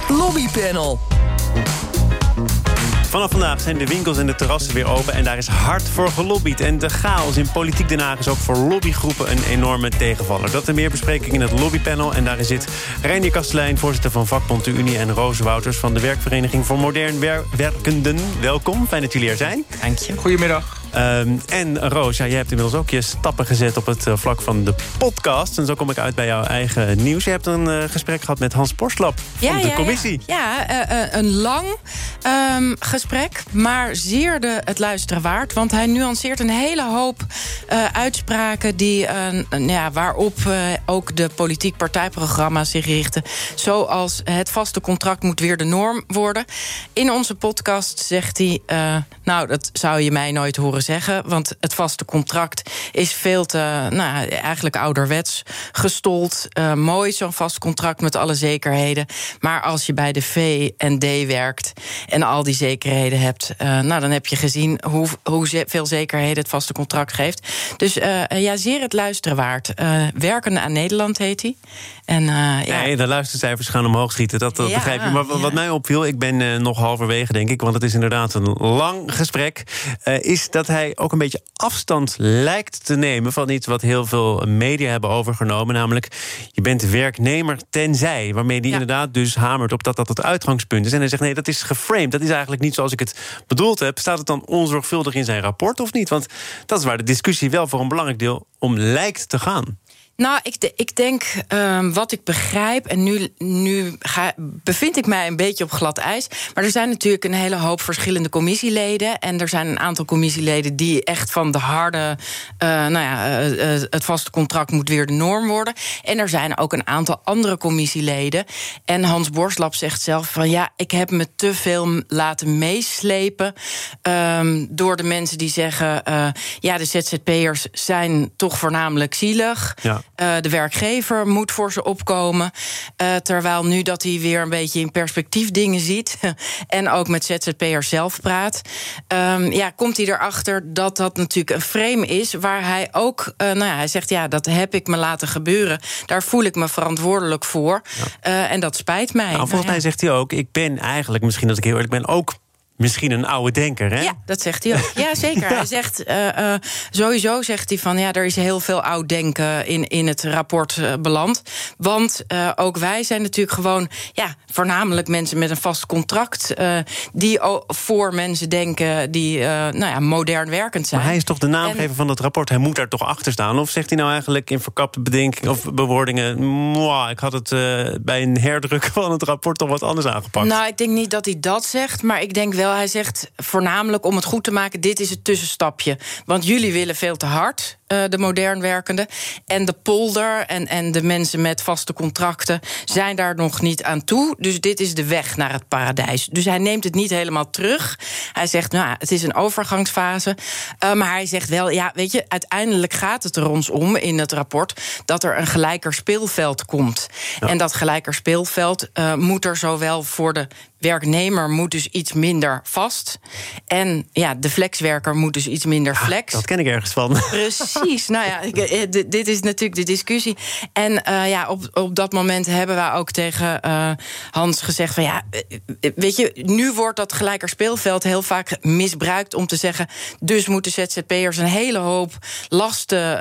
Lobbypanel. Vanaf vandaag zijn de winkels en de terrassen weer open en daar is hard voor gelobbyd. En de chaos in Politiek Den Haag is ook voor lobbygroepen een enorme tegenvaller. Dat en meer bespreking in het lobbypanel. En daarin zit Reinier Kastelein, voorzitter van vakbond De Unie, en Roos Wouters van de Werkvereniging voor Modern Werkenden. Welkom, fijn dat jullie er zijn. Dank je. Goedemiddag. En Roos, jij hebt inmiddels ook je stappen gezet op het vlak van de podcast. En zo kom ik uit bij jouw eigen nieuws. Je hebt een gesprek gehad met Hans Borslap van de commissie. Een lang gesprek, maar zeer het luisteren waard. Want hij nuanceert een hele hoop uitspraken waarop ook de politiek partijprogramma's zich richten. Zoals het vaste contract moet weer de norm worden. In onze podcast zegt hij, dat zou je mij nooit horen zeggen, want het vaste contract is veel te, eigenlijk ouderwets gestold. Mooi, zo'n vast contract met alle zekerheden. Maar als je bij de V&D werkt en al die zekerheden hebt, dan heb je gezien hoeveel zekerheden het vaste contract geeft. Dus zeer het luisteren waard. Werkende aan Nederland heet hij. Nee, de luistercijfers gaan omhoog schieten, dat begrijp je. Maar wat mij opviel, ik ben nog halverwege, denk ik, want het is inderdaad een lang gesprek, is dat hij ook een beetje afstand lijkt te nemen van iets wat heel veel media hebben overgenomen, namelijk je bent werknemer tenzij, waarmee hij inderdaad dus hamert op dat het uitgangspunt is. En hij zegt nee, dat is geframed, dat is eigenlijk niet zoals ik het bedoeld heb. Staat het dan onzorgvuldig in zijn rapport of niet? Want dat is waar de discussie wel voor een belangrijk deel om lijkt te gaan. Nou, ik denk, wat ik begrijp, en nu bevind ik mij een beetje op glad ijs, maar er zijn natuurlijk een hele hoop verschillende commissieleden, en er zijn een aantal commissieleden die echt van de harde, het vaste contract moet weer de norm worden. En er zijn ook een aantal andere commissieleden. En Hans Borslap zegt zelf van ik heb me te veel laten meeslepen door de mensen die zeggen, de ZZP'ers zijn toch voornamelijk zielig. Ja. De werkgever moet voor ze opkomen. Terwijl nu dat hij weer een beetje in perspectief dingen ziet en ook met ZZP'ers zelf praat, komt hij erachter dat dat natuurlijk een frame is waar hij ook, hij zegt dat heb ik me laten gebeuren. Daar voel ik me verantwoordelijk voor. Ja. En dat spijt mij. Volgens mij zegt hij ook, ik ben eigenlijk, misschien als ik heel eerlijk ben, ook misschien een oude denker, hè? Ja, dat zegt hij ook. Ja, zeker. Hij zegt, sowieso zegt hij van, er is heel veel oud denken in het rapport beland. Want ook wij zijn natuurlijk gewoon, voornamelijk mensen met een vast contract, die voor mensen denken die, modern werkend zijn. Maar hij is toch de naamgever van het rapport? Hij moet daar toch achter staan? Of zegt hij nou eigenlijk in verkapte bedenkingen of bewoordingen, ik had het bij een herdruk van het rapport toch wat anders aangepakt? Nou, ik denk niet dat hij dat zegt, maar ik denk wel, hij zegt voornamelijk om het goed te maken, dit is het tussenstapje. Want jullie willen veel te hard, de modern werkenden. En de polder en de mensen met vaste contracten zijn daar nog niet aan toe. Dus dit is de weg naar het paradijs. Dus hij neemt het niet helemaal terug. Hij zegt, het is een overgangsfase. Maar hij zegt wel, uiteindelijk gaat het er ons om in het rapport dat er een gelijker speelveld komt. Ja. En dat gelijker speelveld moet er zowel voor de werknemer moet dus iets minder vast. En de flexwerker moet dus iets minder flex. Dat ken ik ergens van. Precies. Dit is natuurlijk de discussie. En op dat moment hebben we ook tegen Hans gezegd van nu wordt dat gelijker speelveld heel vaak misbruikt om te zeggen, dus moeten ZZP'ers een hele hoop lasten,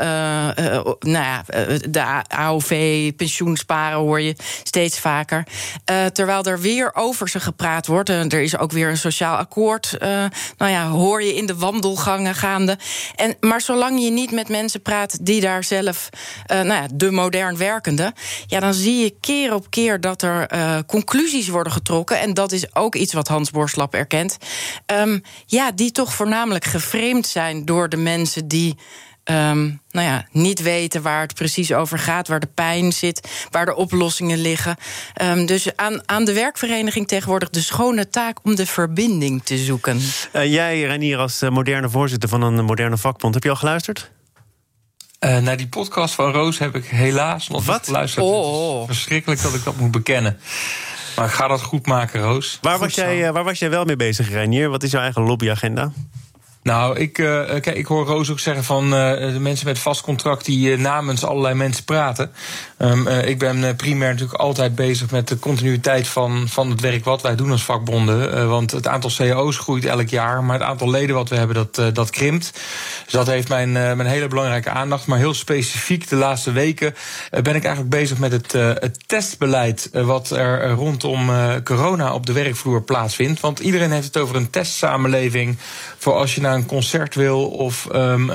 de AOV, pensioensparen hoor je steeds vaker. Terwijl er weer over ze gepraat wordt. En er is ook weer een sociaal akkoord. Hoor je in de wandelgangen gaande. Maar zolang je niet met mensen praat die daar zelf, de modern werkende, dan zie je keer op keer dat er conclusies worden getrokken. En dat is ook iets wat Hans Borslap erkent. Die toch voornamelijk geframed zijn door de mensen die niet weten waar het precies over gaat, waar de pijn zit, waar de oplossingen liggen. Dus aan de werkvereniging tegenwoordig de schone taak om de verbinding te zoeken. Jij, Reinier, als moderne voorzitter van een moderne vakbond, heb je al geluisterd? Naar die podcast van Roos heb ik helaas nog niet geluisterd. Het is verschrikkelijk dat ik dat moet bekennen. Maar ik ga dat goed maken, Roos. Waar was jij wel mee bezig, Reinier? Wat is jouw eigen lobbyagenda? Nou, ik hoor Roos ook zeggen van de mensen met vast contract die namens allerlei mensen praten. Ik ben primair natuurlijk altijd bezig met de continuïteit van het werk wat wij doen als vakbonden. Want het aantal cao's groeit elk jaar, maar het aantal leden wat we hebben, dat krimpt. Dus dat heeft mijn hele belangrijke aandacht. Maar heel specifiek de laatste weken ben ik eigenlijk bezig met het testbeleid wat er rondom corona op de werkvloer plaatsvindt. Want iedereen heeft het over een testsamenleving voor als je naar een concert wil of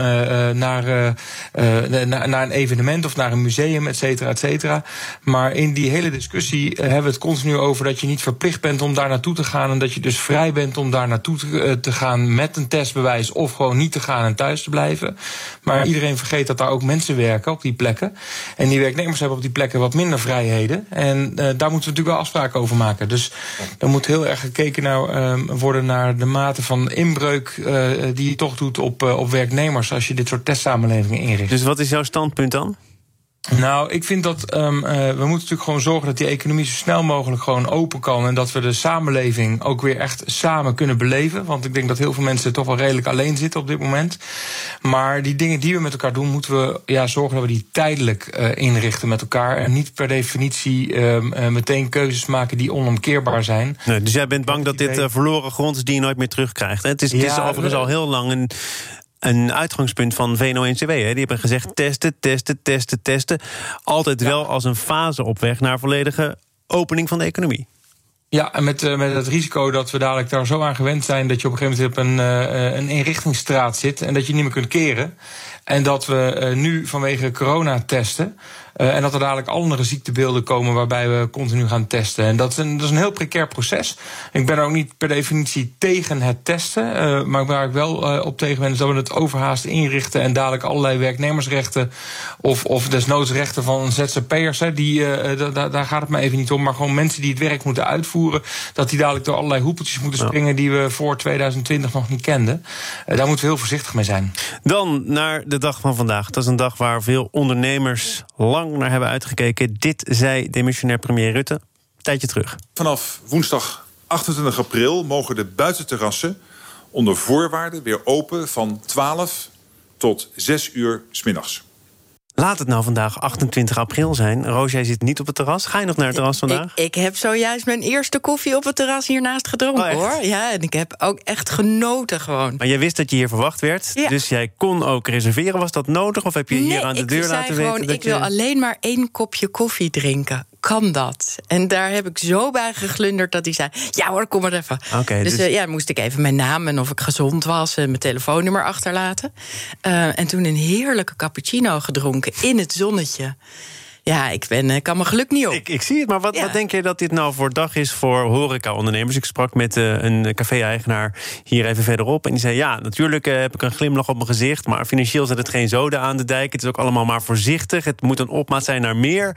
naar een evenement of naar een museum, et cetera, et cetera. Maar in die hele discussie hebben we het continu over dat je niet verplicht bent om daar naartoe te gaan en dat je dus vrij bent om daar naartoe te gaan met een testbewijs of gewoon niet te gaan en thuis te blijven. Maar iedereen vergeet dat daar ook mensen werken op die plekken. En die werknemers hebben op die plekken wat minder vrijheden. En daar moeten we natuurlijk wel afspraken over maken. Dus er moet heel erg gekeken worden naar de mate van inbreuk die je toch doet op werknemers als je dit soort testsamenlevingen inricht. Dus wat is jouw standpunt dan? Nou, ik vind dat we moeten natuurlijk gewoon zorgen dat die economie zo snel mogelijk gewoon open kan en dat we de samenleving ook weer echt samen kunnen beleven. Want ik denk dat heel veel mensen toch wel redelijk alleen zitten op dit moment. Maar die dingen die we met elkaar doen, moeten we zorgen dat we die tijdelijk inrichten met elkaar en niet per definitie meteen keuzes maken die onomkeerbaar zijn. Nee, dus jij bent bang dat dit verloren grond is die je nooit meer terugkrijgt. Hè? Het is overigens al heel lang een uitgangspunt van VNO-NCW. Die hebben gezegd testen. Altijd wel als een fase op weg naar volledige opening van de economie. Ja, en met het risico dat we dadelijk daar zo aan gewend zijn dat je op een gegeven moment op een inrichtingsstraat zit en dat je niet meer kunt keren. En dat we nu vanwege corona testen. En dat er dadelijk andere ziektebeelden komen waarbij we continu gaan testen. En dat is een heel precair proces. Ik ben ook niet per definitie tegen het testen. Maar waar ik wel op tegen ben is dat we het overhaast inrichten en dadelijk allerlei werknemersrechten of desnoods rechten van ZZP'ers. Daar gaat het me even niet om. Maar gewoon mensen die het werk moeten uitvoeren, dat die dadelijk door allerlei hoepeltjes moeten springen die we voor 2020 nog niet kenden. Daar moeten we heel voorzichtig mee zijn. Dan naar de dag van vandaag. Dat is een dag waar veel ondernemers lang naar hebben uitgekeken. Dit zei demissionair premier Rutte een tijdje terug. Vanaf woensdag 28 april mogen de buitenterrassen onder voorwaarden weer open van 12 tot 6 uur 's middags. Laat het nou vandaag 28 april zijn. Roos, jij zit niet op het terras. Ga je nog naar het terras vandaag? Ik heb zojuist mijn eerste koffie op het terras hiernaast gedronken, hoor. Ja, en ik heb ook echt genoten gewoon. Maar jij wist dat je hier verwacht werd, dus jij kon ook reserveren. Was dat nodig of heb je hier aan de deur laten weten? Ik wil alleen maar 1 kopje koffie drinken. Kan dat? En daar heb ik zo bij geglunderd dat hij zei, ja hoor, kom maar even. Okay, dus moest ik even mijn naam en of ik gezond was en mijn telefoonnummer achterlaten. En toen een heerlijke cappuccino gedronken in het zonnetje. Ja, ik kan mijn geluk niet op. Ik zie het, maar wat denk je dat dit nou voor dag is voor horeca-ondernemers? Ik sprak met een café-eigenaar hier even verderop. En die zei, ja, natuurlijk heb ik een glimlach op mijn gezicht, maar financieel zet het geen zoden aan de dijk. Het is ook allemaal maar voorzichtig. Het moet een opmaat zijn naar meer.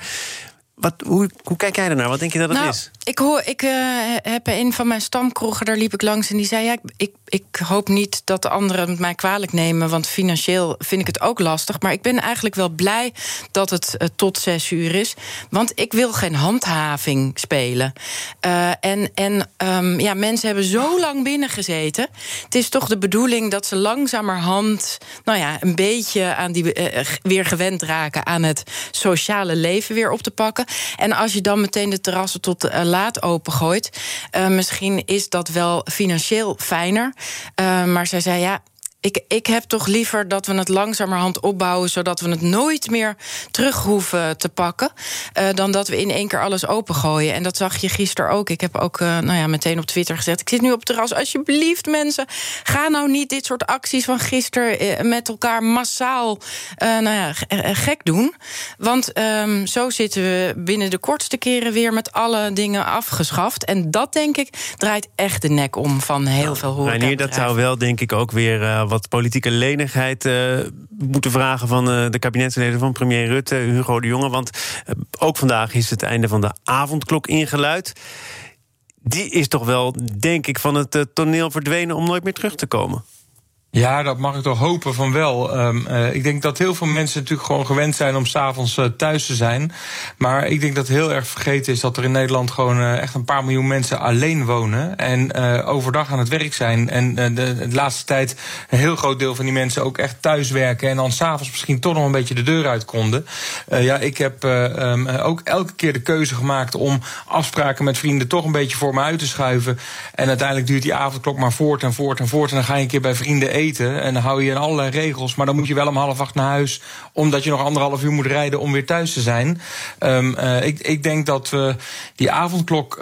Hoe kijk jij ernaar? Wat denk je dat het is? Ik heb een van mijn stamkroegen, daar liep ik langs en die zei, ja, ik hoop niet dat de anderen het mij kwalijk nemen, want financieel vind ik het ook lastig. Maar ik ben eigenlijk wel blij dat het tot 6 uur is, want ik wil geen handhaving spelen. Mensen hebben zo lang binnen gezeten. Het is toch de bedoeling dat ze langzamerhand een beetje aan die weer gewend raken aan het sociale leven weer op te pakken. En als je dan meteen de terrassen tot laat opengooit, misschien is dat wel financieel fijner. Maar zij zei, ja, ik heb toch liever dat we het langzamerhand opbouwen, zodat we het nooit meer terug hoeven te pakken, dan dat we in één keer alles opengooien. En dat zag je gisteren ook. Ik heb ook meteen op Twitter gezet, ik zit nu op het terras, alsjeblieft mensen, ga nou niet dit soort acties van gisteren met elkaar massaal gek doen. Want zo zitten we binnen de kortste keren weer met alle dingen afgeschaft. En dat, denk ik, draait echt de nek om van heel veel horecabedrijven. Dat zou wel, denk ik, ook weer wat politieke lenigheid moeten vragen van de kabinetsleden van premier Rutte, Hugo de Jonge. Want ook vandaag is het einde van de avondklok ingeluid. Die is toch wel, denk ik, van het toneel verdwenen om nooit meer terug te komen. Ja, dat mag ik toch hopen van wel. Ik denk dat heel veel mensen natuurlijk gewoon gewend zijn om 's avonds thuis te zijn. Maar ik denk dat heel erg vergeten is dat er in Nederland gewoon echt een paar miljoen mensen alleen wonen. En overdag aan het werk zijn. En de laatste tijd een heel groot deel van die mensen ook echt thuis werken. En dan 's avonds misschien toch nog een beetje de deur uit konden. Ik heb ook elke keer de keuze gemaakt om afspraken met vrienden toch een beetje voor me uit te schuiven. En uiteindelijk duurt die avondklok maar voort. En dan ga je een keer bij vrienden eten. En dan hou je aan allerlei regels. Maar dan moet je wel om 7:30 naar huis. Omdat je nog 1,5 uur moet rijden om weer thuis te zijn. Ik denk dat we die avondklok...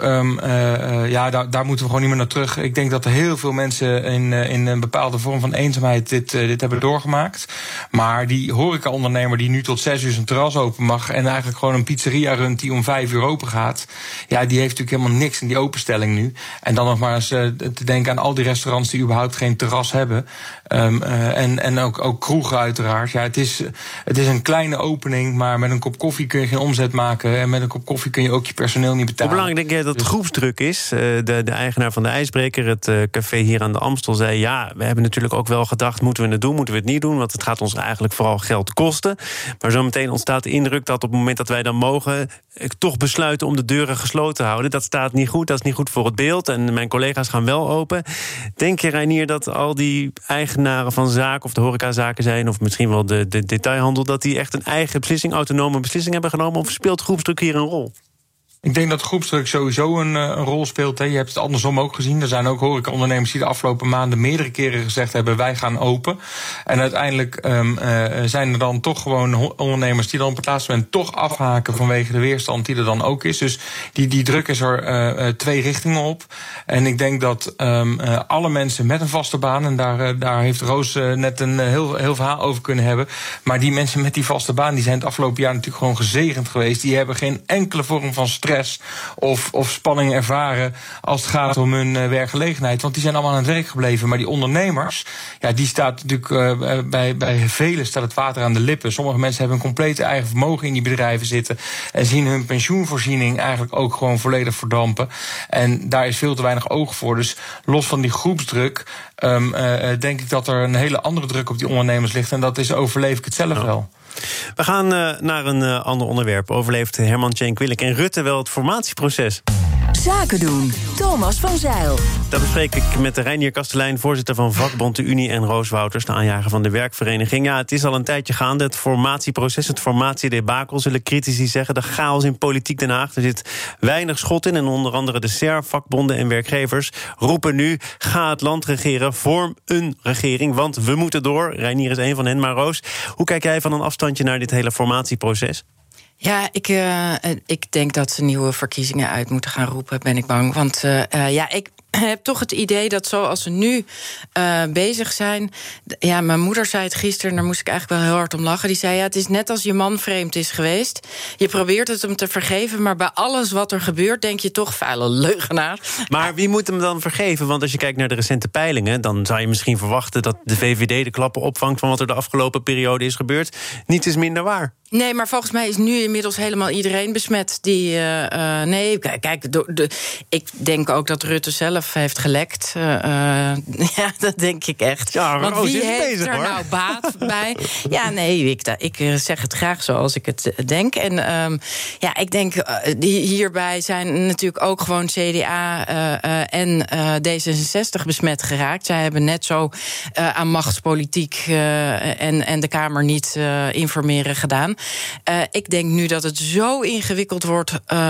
daar moeten we gewoon niet meer naar terug. Ik denk dat er heel veel mensen in een bepaalde vorm van eenzaamheid dit hebben doorgemaakt. Maar die horecaondernemer die nu tot 6 uur zijn terras open mag... en eigenlijk gewoon een pizzeria runt die om 5 uur open gaat... ja, die heeft natuurlijk helemaal niks in die openstelling nu. En dan nog maar eens te denken aan al die restaurants... die überhaupt geen terras hebben... En ook kroegen uiteraard. Ja, het is een kleine opening, maar met een kop koffie kun je geen omzet maken. En met een kop koffie kun je ook je personeel niet betalen. Hoe belangrijk denk je dat groepsdruk is? De eigenaar van de IJsbreker, het café hier aan de Amstel, zei... ja, we hebben natuurlijk ook wel gedacht, moeten we het doen, moeten we het niet doen? Want het gaat ons eigenlijk vooral geld kosten. Maar zometeen ontstaat de indruk dat op het moment dat wij dan mogen... toch besluiten om de deuren gesloten te houden. Dat staat niet goed, dat is niet goed voor het beeld. En mijn collega's gaan wel open. Denk je, Reinier, dat al die eigenaren van zaken... of de horecazaken zijn, of misschien wel de detailhandel... dat die echt een eigen autonome beslissing hebben genomen... of speelt groepsdruk hier een rol? Ik denk dat groepsdruk sowieso een rol speelt. Hè. Je hebt het andersom ook gezien. Er zijn ook horecaondernemers die de afgelopen maanden meerdere keren gezegd hebben... wij gaan open. En uiteindelijk zijn er dan toch gewoon ondernemers... die dan op het laatste moment toch afhaken... vanwege de weerstand die er dan ook is. Dus die druk is er 2 richtingen op. En ik denk dat alle mensen met een vaste baan... en daar heeft Roos net een heel verhaal over kunnen hebben... maar die mensen met die vaste baan... die zijn het afgelopen jaar natuurlijk gewoon gezegend geweest. Die hebben geen enkele vorm van stress... of spanning ervaren als het gaat om hun werkgelegenheid. Want die zijn allemaal aan het werk gebleven. Maar die ondernemers, ja, die staat natuurlijk bij velen staat het water aan de lippen. Sommige mensen hebben een complete eigen vermogen in die bedrijven zitten... en zien hun pensioenvoorziening eigenlijk ook gewoon volledig verdampen. En daar is veel te weinig oog voor. Dus los van die groepsdruk... denk ik dat er een hele andere druk op die ondernemers ligt. En dat is overleef ik het zelf wel. We gaan naar een ander onderwerp. Overleeft Herman Tjenk Willink en Rutte wel het formatieproces? Zaken doen. Thomas van Zijl. Dat bespreek ik met Reinier Kastelein, voorzitter van vakbond De Unie... en Roos Wouters, de aanjager van de werkvereniging. Ja, het is al een tijdje gaande, het formatieproces, het formatiedebakel... zullen critici zeggen, de chaos in politiek Den Haag. Er zit weinig schot in en onder andere de SER, vakbonden en werkgevers... roepen nu, ga het land regeren, vorm een regering... want we moeten door. Reinier is een van hen, maar Roos, hoe kijk jij van een afstandje naar dit hele formatieproces? Ja, ik denk dat ze nieuwe verkiezingen uit moeten gaan roepen, ben ik bang. Want ik heb toch het idee dat zoals ze nu bezig zijn... Ja, mijn moeder zei het gisteren, daar moest ik eigenlijk wel heel hard om lachen. Die zei, ja, het is net als je man vreemd is geweest. Je probeert het hem te vergeven, maar bij alles wat er gebeurt... denk je toch, vuile leugenaar. Maar wie moet hem dan vergeven? Want als je kijkt naar de recente peilingen... dan zou je misschien verwachten dat de VVD de klappen opvangt... van wat er de afgelopen periode is gebeurd. Niets is minder waar. Nee, maar volgens mij is nu inmiddels helemaal iedereen besmet. Ik denk ook dat Rutte zelf heeft gelekt. Ja, dat denk ik echt. Ja, want wie heeft bezig, er nou baat bij? Ja, nee, ik zeg het graag zoals ik het denk. En ik denk, hierbij zijn natuurlijk ook gewoon CDA en D66 besmet geraakt. Zij hebben net zo aan machtspolitiek en de Kamer niet informeren gedaan. Ik denk nu dat het zo ingewikkeld wordt...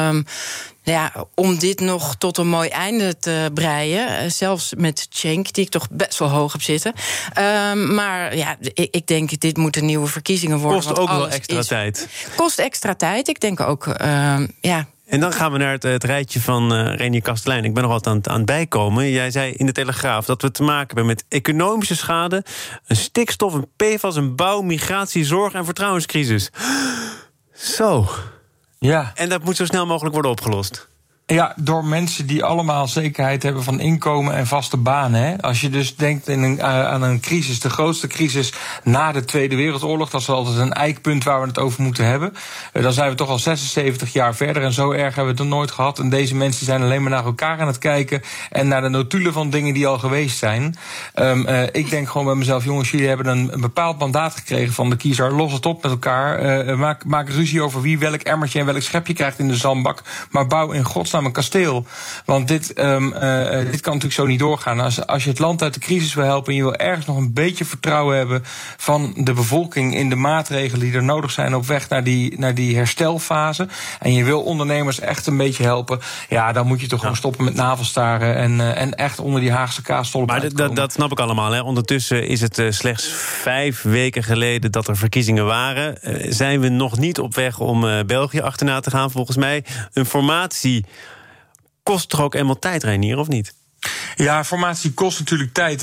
om dit nog tot een mooi einde te breien. Zelfs met Tjenk, die ik toch best wel hoog heb zitten. Maar ja, ik denk, dit moeten nieuwe verkiezingen worden. Kost ook wel extra tijd. Kost extra tijd, ik denk ook, En dan gaan we naar het rijtje van Reinier Kastelein. Ik ben nog altijd aan het bijkomen. Jij zei in de Telegraaf dat we te maken hebben met economische schade... een stikstof, een PFAS, een bouw, migratie, zorg en vertrouwenscrisis. Zo. Ja. En dat moet zo snel mogelijk worden opgelost. Ja, door mensen die allemaal zekerheid hebben van inkomen en vaste banen. Hè. Als je dus denkt aan een crisis, de grootste crisis na de Tweede Wereldoorlog, dat is altijd een eikpunt waar we het over moeten hebben. Dan zijn we toch al 76 jaar verder en zo erg hebben we het nog nooit gehad. En deze mensen zijn alleen maar naar elkaar aan het kijken en naar de notulen van dingen die al geweest zijn. Ik denk gewoon bij mezelf, jongens, jullie hebben een bepaald mandaat gekregen van de kiezer. Los het op met elkaar. Maak ruzie over wie welk emmertje en welk schepje krijgt in de zandbak. Maar bouw in godsnaam een kasteel. Want dit kan natuurlijk zo niet doorgaan. Als je het land uit de crisis wil helpen en je wil ergens nog een beetje vertrouwen hebben van de bevolking in de maatregelen die er nodig zijn op weg naar die herstelfase, en je wil ondernemers echt een beetje helpen, ja, dan moet je toch gewoon stoppen met navelstaren en echt onder die Haagse kaasstolp uitkomen. Maar dat snap ik allemaal. Hè. Ondertussen is het slechts 5 weken geleden dat er verkiezingen waren. Zijn we nog niet op weg om België achterna te gaan, volgens mij. Een formatie kost toch ook eenmaal tijd, Reinier, of niet? Ja, formatie kost natuurlijk tijd.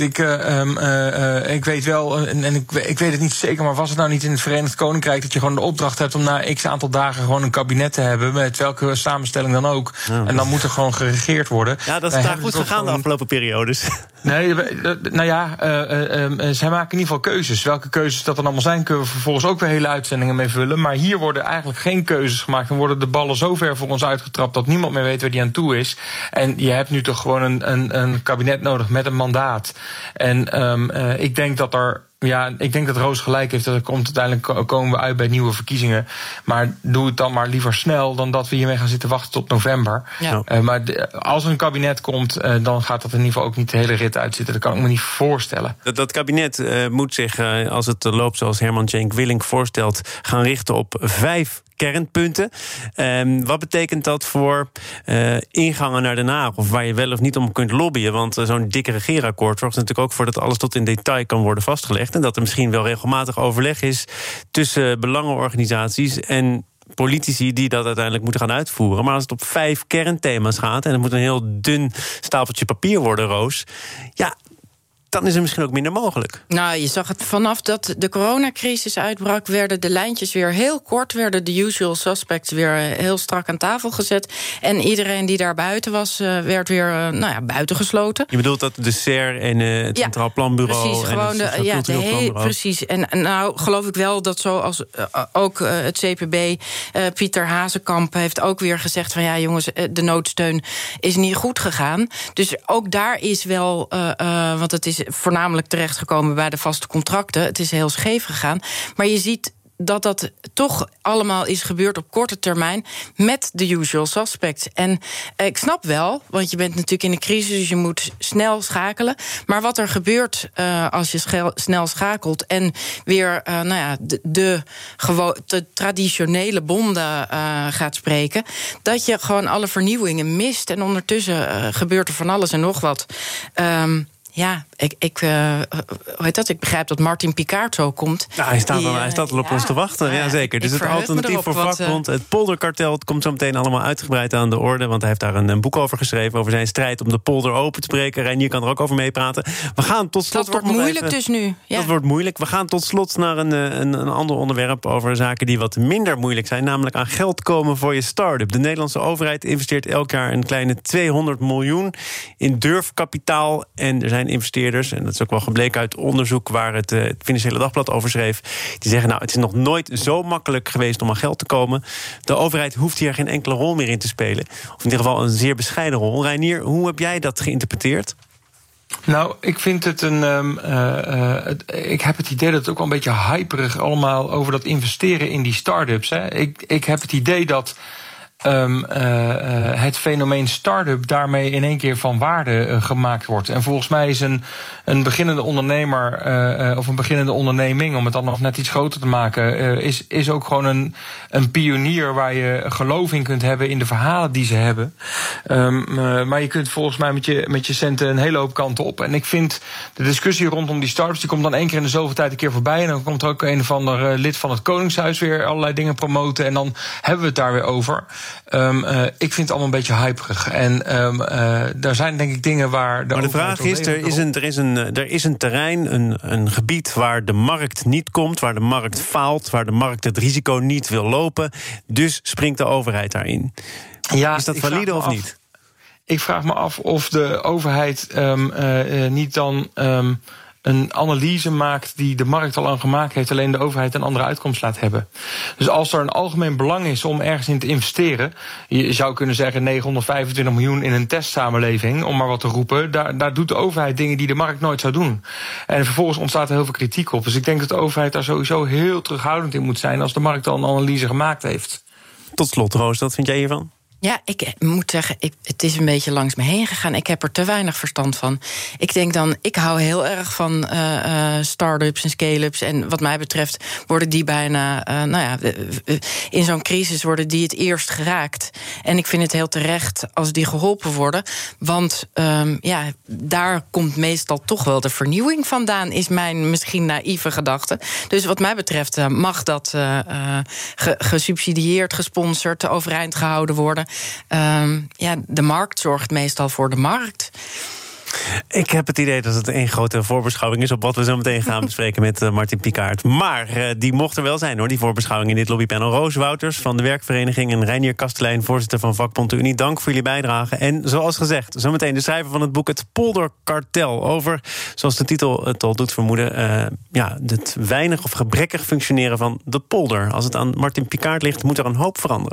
Ik weet wel, en ik weet het niet zeker, maar was het nou niet in het Verenigd Koninkrijk dat je gewoon de opdracht hebt om na x aantal dagen gewoon een kabinet te hebben, met welke samenstelling dan ook. Ja, en dan moet er gewoon geregeerd worden. Ja, dat is daar goed gegaan de afgelopen periodes. Nee, nou ja, zij maken in ieder geval keuzes. Welke keuzes dat dan allemaal zijn, kunnen we vervolgens ook weer hele uitzendingen mee vullen. Maar hier worden eigenlijk geen keuzes gemaakt. Dan worden de ballen zo ver voor ons uitgetrapt dat niemand meer weet waar die aan toe is. En je hebt nu toch gewoon een kabinet nodig met een mandaat. En ik denk dat Roos gelijk heeft. Dat er komt uiteindelijk komen we uit bij nieuwe verkiezingen. Maar doe het dan maar liever snel dan dat we hiermee gaan zitten wachten tot november. Ja. Maar als er een kabinet komt, dan gaat dat in ieder geval ook niet de hele rit uitzitten. Dat kan ik me niet voorstellen. Dat kabinet moet zich, als het loopt zoals Herman Tjenk Willink voorstelt, gaan richten op 5 kernpunten. Wat betekent dat voor ingangen naar Den Haag, of waar je wel of niet om kunt lobbyen? Want zo'n dikke regeerakkoord zorgt natuurlijk ook voor dat alles tot in detail kan worden vastgelegd en dat er misschien wel regelmatig overleg is tussen belangenorganisaties en politici die dat uiteindelijk moeten gaan uitvoeren. Maar als het op 5 kernthema's gaat en het moet een heel dun stapeltje papier worden, Roos, ja, dan is er misschien ook minder mogelijk. Nou, je zag het vanaf dat de coronacrisis uitbrak, werden de lijntjes weer heel kort, werden de usual suspects weer heel strak aan tafel gezet. En iedereen die daar buiten was, werd weer buitengesloten. Je bedoelt dat de SER en het Centraal Planbureau precies, gewoon precies. En nou geloof ik wel dat zoals ook het CPB, Pieter Hazekamp heeft ook weer gezegd van ja jongens, de noodsteun is niet goed gegaan. Dus ook daar is wel, want het is voornamelijk terechtgekomen bij de vaste contracten. Het is heel scheef gegaan. Maar je ziet dat dat toch allemaal is gebeurd op korte termijn met de usual suspects. En ik snap wel, want je bent natuurlijk in een crisis, dus je moet snel schakelen. Maar wat er gebeurt als je snel schakelt en weer de traditionele bonden gaat spreken, dat je gewoon alle vernieuwingen mist. En ondertussen gebeurt er van alles en nog wat. Ja, ik begrijp dat Martin Picard zo komt. Nou, hij staat al op ons te wachten, ja zeker. Dus het alternatief voor vakbond, het polderkartel, het komt zo meteen allemaal uitgebreid aan de orde, want hij heeft daar een boek over geschreven, over zijn strijd om de polder open te breken. Reinier kan er ook over meepraten. We gaan tot slot. Dat wordt moeilijk dus nu. Ja. Dat wordt moeilijk. We gaan tot slot naar een ander onderwerp over zaken die wat minder moeilijk zijn, namelijk aan geld komen voor je start-up. De Nederlandse overheid investeert elk jaar een kleine 200 miljoen in durfkapitaal en er zijn investeerders, en dat is ook wel gebleken uit onderzoek waar het Financiële Dagblad over schreef, die zeggen, nou, het is nog nooit zo makkelijk geweest om aan geld te komen. De overheid hoeft hier geen enkele rol meer in te spelen. Of in ieder geval een zeer bescheiden rol. Reinier, hoe heb jij dat geïnterpreteerd? Nou, ik vind het ik heb het idee dat het ook wel een beetje hyperig allemaal over dat investeren in die start-ups. Hè. Ik heb het idee dat het fenomeen start-up daarmee in één keer van waarde gemaakt wordt. En volgens mij is een beginnende ondernemer of een beginnende onderneming, om het dan nog net iets groter te maken, is ook gewoon een pionier waar je geloof in kunt hebben in de verhalen die ze hebben. Maar je kunt volgens mij met je centen een hele hoop kanten op. En ik vind de discussie rondom die start-ups, die komt dan 1 keer in de zoveel tijd een keer voorbij. En dan komt er ook een of ander lid van het Koningshuis weer allerlei dingen promoten. En dan hebben we het daar weer over. Ik vind het allemaal een beetje hyperig. En daar zijn denk ik dingen waar... Maar de vraag is, er is een terrein, een gebied waar de markt niet komt, waar de markt faalt, waar de markt het risico niet wil lopen. Dus springt de overheid daarin. Ja, is dat valide of niet? Ik vraag me af of de overheid niet dan een analyse maakt die de markt al lang gemaakt heeft, alleen de overheid een andere uitkomst laat hebben. Dus als er een algemeen belang is om ergens in te investeren, je zou kunnen zeggen 925 miljoen in een testsamenleving, om maar wat te roepen, daar doet de overheid dingen die de markt nooit zou doen. En vervolgens ontstaat er heel veel kritiek op. Dus ik denk dat de overheid daar sowieso heel terughoudend in moet zijn als de markt al een analyse gemaakt heeft. Tot slot, Roos, wat vind jij hiervan? Ja, ik moet zeggen, het is een beetje langs me heen gegaan. Ik heb er te weinig verstand van. Ik denk dan, ik hou heel erg van start-ups en scale-ups. En wat mij betreft worden die bijna, in zo'n crisis worden die het eerst geraakt. En ik vind het heel terecht als die geholpen worden. Want daar komt meestal toch wel de vernieuwing vandaan, is mijn misschien naïeve gedachte. Dus wat mij betreft mag dat gesubsidieerd, gesponsord, overeind gehouden worden. De markt zorgt meestal voor de markt. Ik heb het idee dat het één grote voorbeschouwing is op wat we zo meteen gaan bespreken met Martin Pickaert. Maar die mocht er wel zijn, hoor, die voorbeschouwing in dit lobbypanel. Roos Wouters van de Werkvereniging en Reinier Kastelein, voorzitter van vakbond de Unie. Dank voor jullie bijdrage. En zoals gezegd, zometeen de schrijver van het boek Het Polderkartel. Over, zoals de titel het al doet vermoeden, het weinig of gebrekkig functioneren van de polder. Als het aan Martin Pickaert ligt, moet er een hoop veranderen.